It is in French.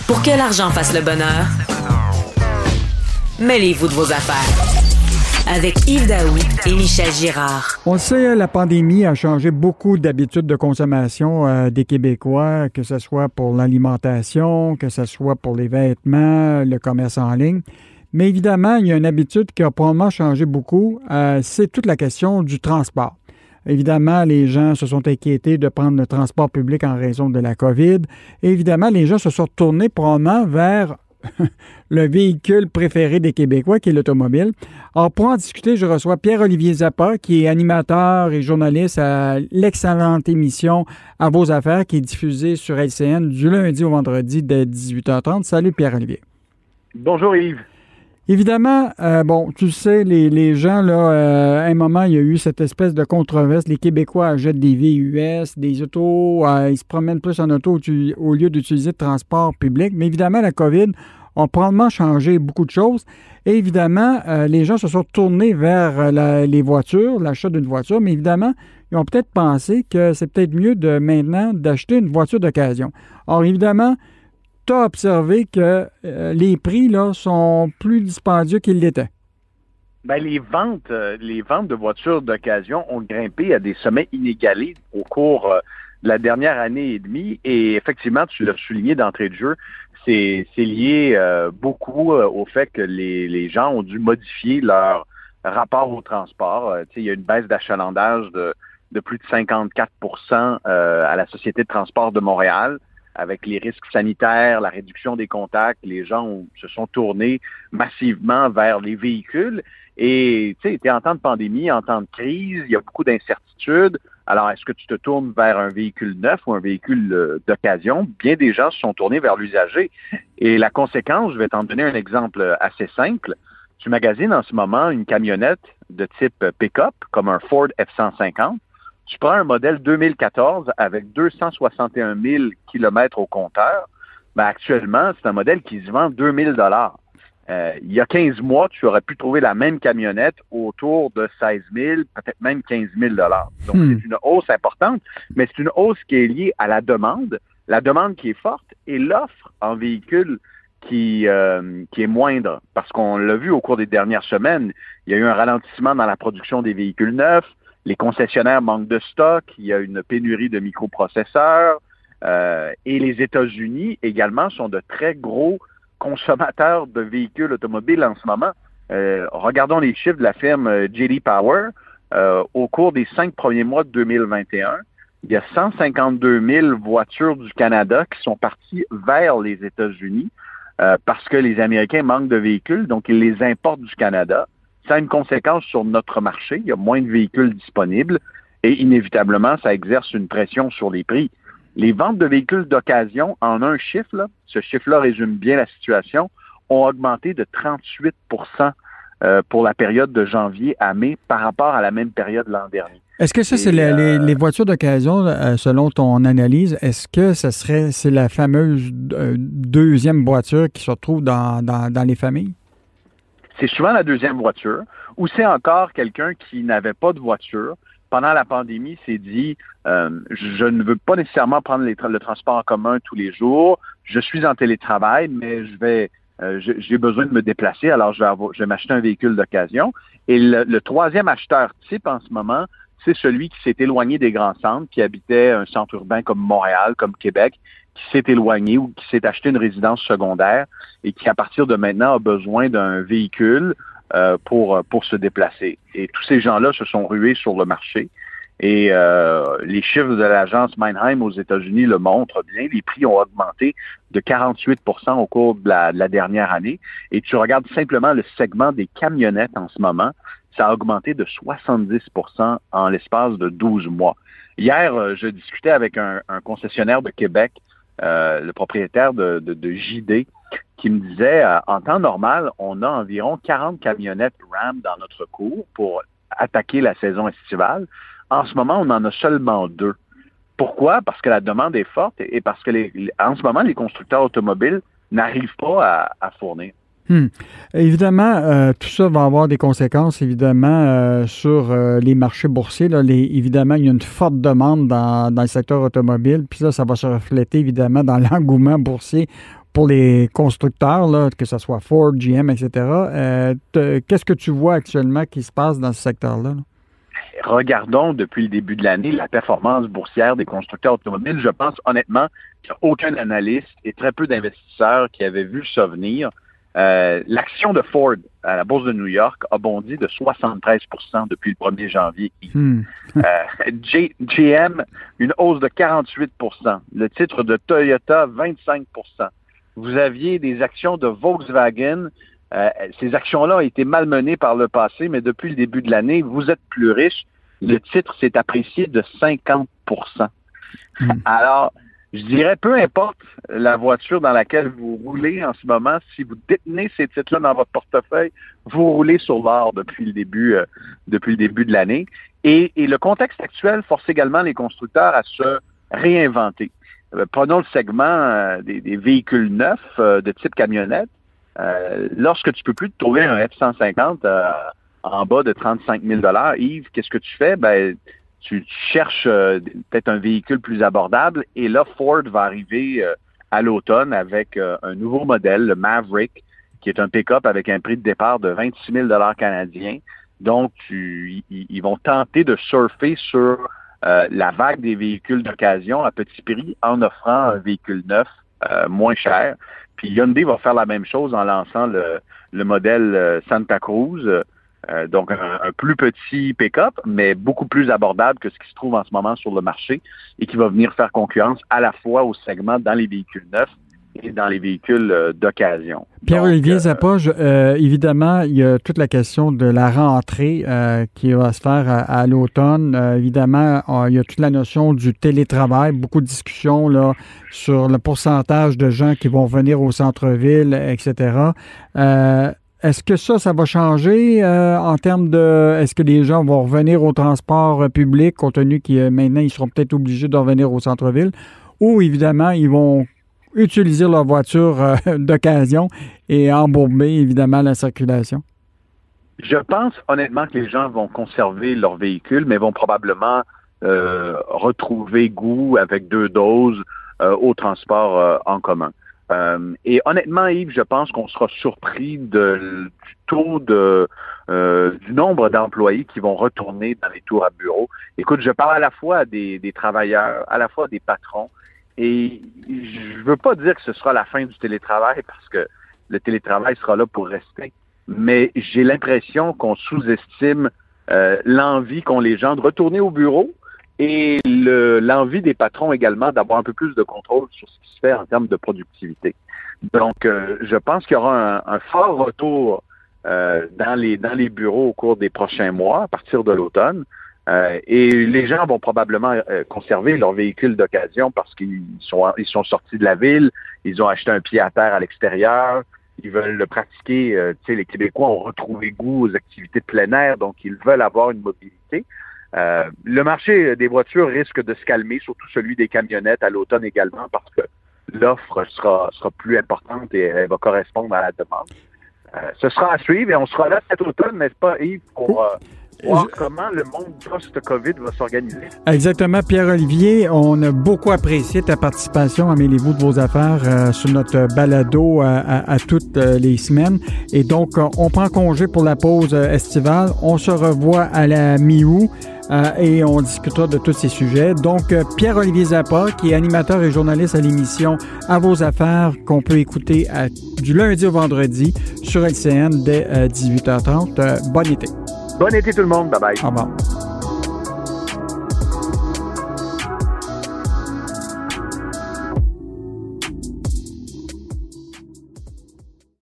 Pour que l'argent fasse le bonheur, mêlez-vous de vos affaires. Avec Yves Daoui et Michel Girard. On le sait, la pandémie a changé beaucoup d'habitudes de consommation des Québécois, que ce soit pour l'alimentation, que ce soit pour les vêtements, le commerce en ligne. Mais évidemment, il y a une habitude qui a probablement changé beaucoup, c'est toute la question du transport. Évidemment, les gens se sont inquiétés de prendre le transport public en raison de la COVID. Et évidemment, les gens se sont tournés probablement vers le véhicule préféré des Québécois, qui est l'automobile. Alors, pour en discuter, je reçois Pierre-Olivier Zappa, qui est animateur et journaliste à l'excellente émission À vos affaires, qui est diffusée sur LCN du lundi au vendredi dès 18h30. Salut Pierre-Olivier. Bonjour Yves. Évidemment, tu sais, les gens, là, à un moment, il y a eu cette espèce de controverse. Les Québécois achètent des VUS, des autos, ils se promènent plus en auto au lieu d'utiliser le transport public. Mais évidemment, la COVID a probablement changé beaucoup de choses. Et évidemment, les gens se sont tournés vers les voitures, l'achat d'une voiture. Mais évidemment, ils ont peut-être pensé que c'est peut-être mieux maintenant d'acheter une voiture d'occasion. Or, évidemment, tu as observé que les prix là, sont plus dispendieux qu'ils l'étaient. Bien, les ventes de voitures d'occasion ont grimpé à des sommets inégalés au cours de la dernière année et demie. Et effectivement, tu l'as souligné d'entrée de jeu, c'est lié beaucoup au fait que les gens ont dû modifier leur rapport au transport. Il y a une baisse d'achalandage de plus de 54 % à la Société de transport de Montréal. Avec les risques sanitaires, la réduction des contacts, les gens se sont tournés massivement vers les véhicules. Et tu sais, tu es en temps de pandémie, en temps de crise, il y a beaucoup d'incertitudes. Alors, est-ce que tu te tournes vers un véhicule neuf ou un véhicule d'occasion? Bien des gens se sont tournés vers l'usager. Et la conséquence, je vais t'en donner un exemple assez simple. Tu magasines en ce moment une camionnette de type pick-up, comme un Ford F-150. Tu prends un modèle 2014 avec 261 000 kilomètres au compteur. Ben actuellement, c'est un modèle qui se vend 2 000 $. Il y a 15 mois, tu aurais pu trouver la même camionnette autour de 16 000, peut-être même 15 000 $. Donc, c'est une hausse importante, mais c'est une hausse qui est liée à la demande qui est forte, et l'offre en véhicule qui est moindre. Parce qu'on l'a vu au cours des dernières semaines, il y a eu un ralentissement dans la production des véhicules neufs. Les concessionnaires manquent de stock, il y a une pénurie de microprocesseurs et les États-Unis également sont de très gros consommateurs de véhicules automobiles en ce moment. Regardons les chiffres de la firme J.D. Power. Au cours des 5 premiers mois de 2021, il y a 152 000 voitures du Canada qui sont parties vers les États-Unis parce que les Américains manquent de véhicules, donc ils les importent du Canada. Ça a une conséquence sur notre marché. Il y a moins de véhicules disponibles et inévitablement, ça exerce une pression sur les prix. Les ventes de véhicules d'occasion, en un chiffre, là, ce chiffre-là résume bien la situation, ont augmenté de 38 % pour la période de janvier à mai par rapport à la même période l'an dernier. Est-ce que ça, c'est les voitures d'occasion, selon ton analyse, est-ce que c'est la fameuse deuxième voiture qui se retrouve dans les familles? C'est souvent la deuxième voiture, ou c'est encore quelqu'un qui n'avait pas de voiture. Pendant la pandémie, s'est dit je ne veux pas nécessairement prendre le transport en commun tous les jours. Je suis en télétravail, mais j'ai besoin de me déplacer, alors je vais m'acheter un véhicule d'occasion. Et le troisième acheteur type en ce moment, c'est celui qui s'est éloigné des grands centres, qui habitait un centre urbain comme Montréal, comme Québec, qui s'est éloigné ou qui s'est acheté une résidence secondaire et qui, à partir de maintenant, a besoin d'un véhicule pour se déplacer. Et tous ces gens-là se sont rués sur le marché. Et les chiffres de l'agence Manheim aux États-Unis le montrent bien. Les prix ont augmenté de 48 % au cours de la dernière année. Et tu regardes simplement le segment des camionnettes en ce moment, ça a augmenté de 70 % en l'espace de 12 mois. Hier, je discutais avec un concessionnaire de Québec, le propriétaire de JD, qui me disait, en temps normal, on a environ 40 camionnettes Ram dans notre cours pour attaquer la saison estivale. En ce moment, on en a seulement 2. Pourquoi? Parce que la demande est forte et parce que en ce moment, les constructeurs automobiles n'arrivent pas à fournir. Évidemment, tout ça va avoir des conséquences, évidemment, sur les marchés boursiers. Là, évidemment, il y a une forte demande dans le secteur automobile. Puis ça va se refléter, évidemment, dans l'engouement boursier pour les constructeurs, là, que ce soit Ford, GM, etc., qu'est-ce que tu vois actuellement qui se passe dans ce secteur-là? Là? Regardons depuis le début de l'année la performance boursière des constructeurs automobiles. Je pense honnêtement qu'il n'y a aucun analyste et très peu d'investisseurs qui avaient vu ça venir. L'action de Ford à la Bourse de New York a bondi de 73% depuis le 1er janvier. GM, une hausse de 48%. Le titre de Toyota, 25%. Vous aviez des actions de Volkswagen. Ces actions-là ont été malmenées par le passé, mais depuis le début de l'année, vous êtes plus riche. Le titre s'est apprécié de 50%. Alors, je dirais, peu importe la voiture dans laquelle vous roulez en ce moment, si vous détenez ces titres-là dans votre portefeuille, vous roulez sur l'or depuis le début de l'année. Et le contexte actuel force également les constructeurs à se réinventer. Prenons le segment des véhicules neufs de type camionnette. Lorsque tu peux plus te trouver un F-150 en bas de 35 000 $, Yves, qu'est-ce que tu fais? Ben, tu cherches peut-être un véhicule plus abordable et là, Ford va arriver à l'automne avec un nouveau modèle, le Maverick, qui est un pick-up avec un prix de départ de 26 000 $ canadiens. Donc, ils vont tenter de surfer sur la vague des véhicules d'occasion à petit prix en offrant un véhicule neuf moins cher. Puis Hyundai va faire la même chose en lançant le modèle Santa Cruz, donc un plus petit pick-up, mais beaucoup plus abordable que ce qui se trouve en ce moment sur le marché et qui va venir faire concurrence à la fois au segment dans les véhicules neufs et dans les véhicules d'occasion. Pierre-Olivier Zapoge, évidemment, il y a toute la question de la rentrée qui va se faire à l'automne. Évidemment, il y a toute la notion du télétravail, beaucoup de discussions là, sur le pourcentage de gens qui vont venir au centre-ville, etc. Est-ce que ça va changer en termes de... Est-ce que les gens vont revenir au transport public, compte tenu que maintenant, ils seront peut-être obligés de revenir au centre-ville, ou évidemment, ils vont utiliser leur voiture d'occasion et embourber, évidemment, la circulation? Je pense, honnêtement, que les gens vont conserver leur véhicule, mais vont probablement retrouver goût avec 2 doses au transport en commun. Et honnêtement, Yves, je pense qu'on sera surpris du taux du nombre d'employés qui vont retourner dans les tours à bureau. Écoute, je parle à la fois des travailleurs, à la fois des patrons, et je veux pas dire que ce sera la fin du télétravail parce que le télétravail sera là pour rester, mais j'ai l'impression qu'on sous-estime l'envie qu'ont les gens de retourner au bureau et l'envie des patrons également d'avoir un peu plus de contrôle sur ce qui se fait en termes de productivité. Donc, je pense qu'il y aura un fort retour dans les bureaux au cours des prochains mois, à partir de l'automne. Et les gens vont probablement conserver leur véhicule d'occasion parce qu'ils sont sortis de la ville, ils ont acheté un pied à terre à l'extérieur, ils veulent le pratiquer. Tu sais, les Québécois ont retrouvé goût aux activités de plein air, donc ils veulent avoir une mobilité. Le marché des voitures risque de se calmer, surtout celui des camionnettes à l'automne également, parce que l'offre sera plus importante et elle va correspondre à la demande. Ce sera à suivre et on sera là cet automne, n'est-ce pas, Yves, pour voir comment le monde post-COVID va s'organiser. Exactement, Pierre-Olivier. On a beaucoup apprécié ta participation à Mêlez-vous de vos affaires sur notre balado à toutes les semaines. Et donc, on prend congé pour la pause estivale. On se revoit à la mi-août et on discutera de tous ces sujets. Donc, Pierre-Olivier Zappa, qui est animateur et journaliste à l'émission À vos affaires, qu'on peut écouter du lundi au vendredi sur LCN dès 18h30. Bon été. Bon été tout le monde. Bye bye. Au revoir.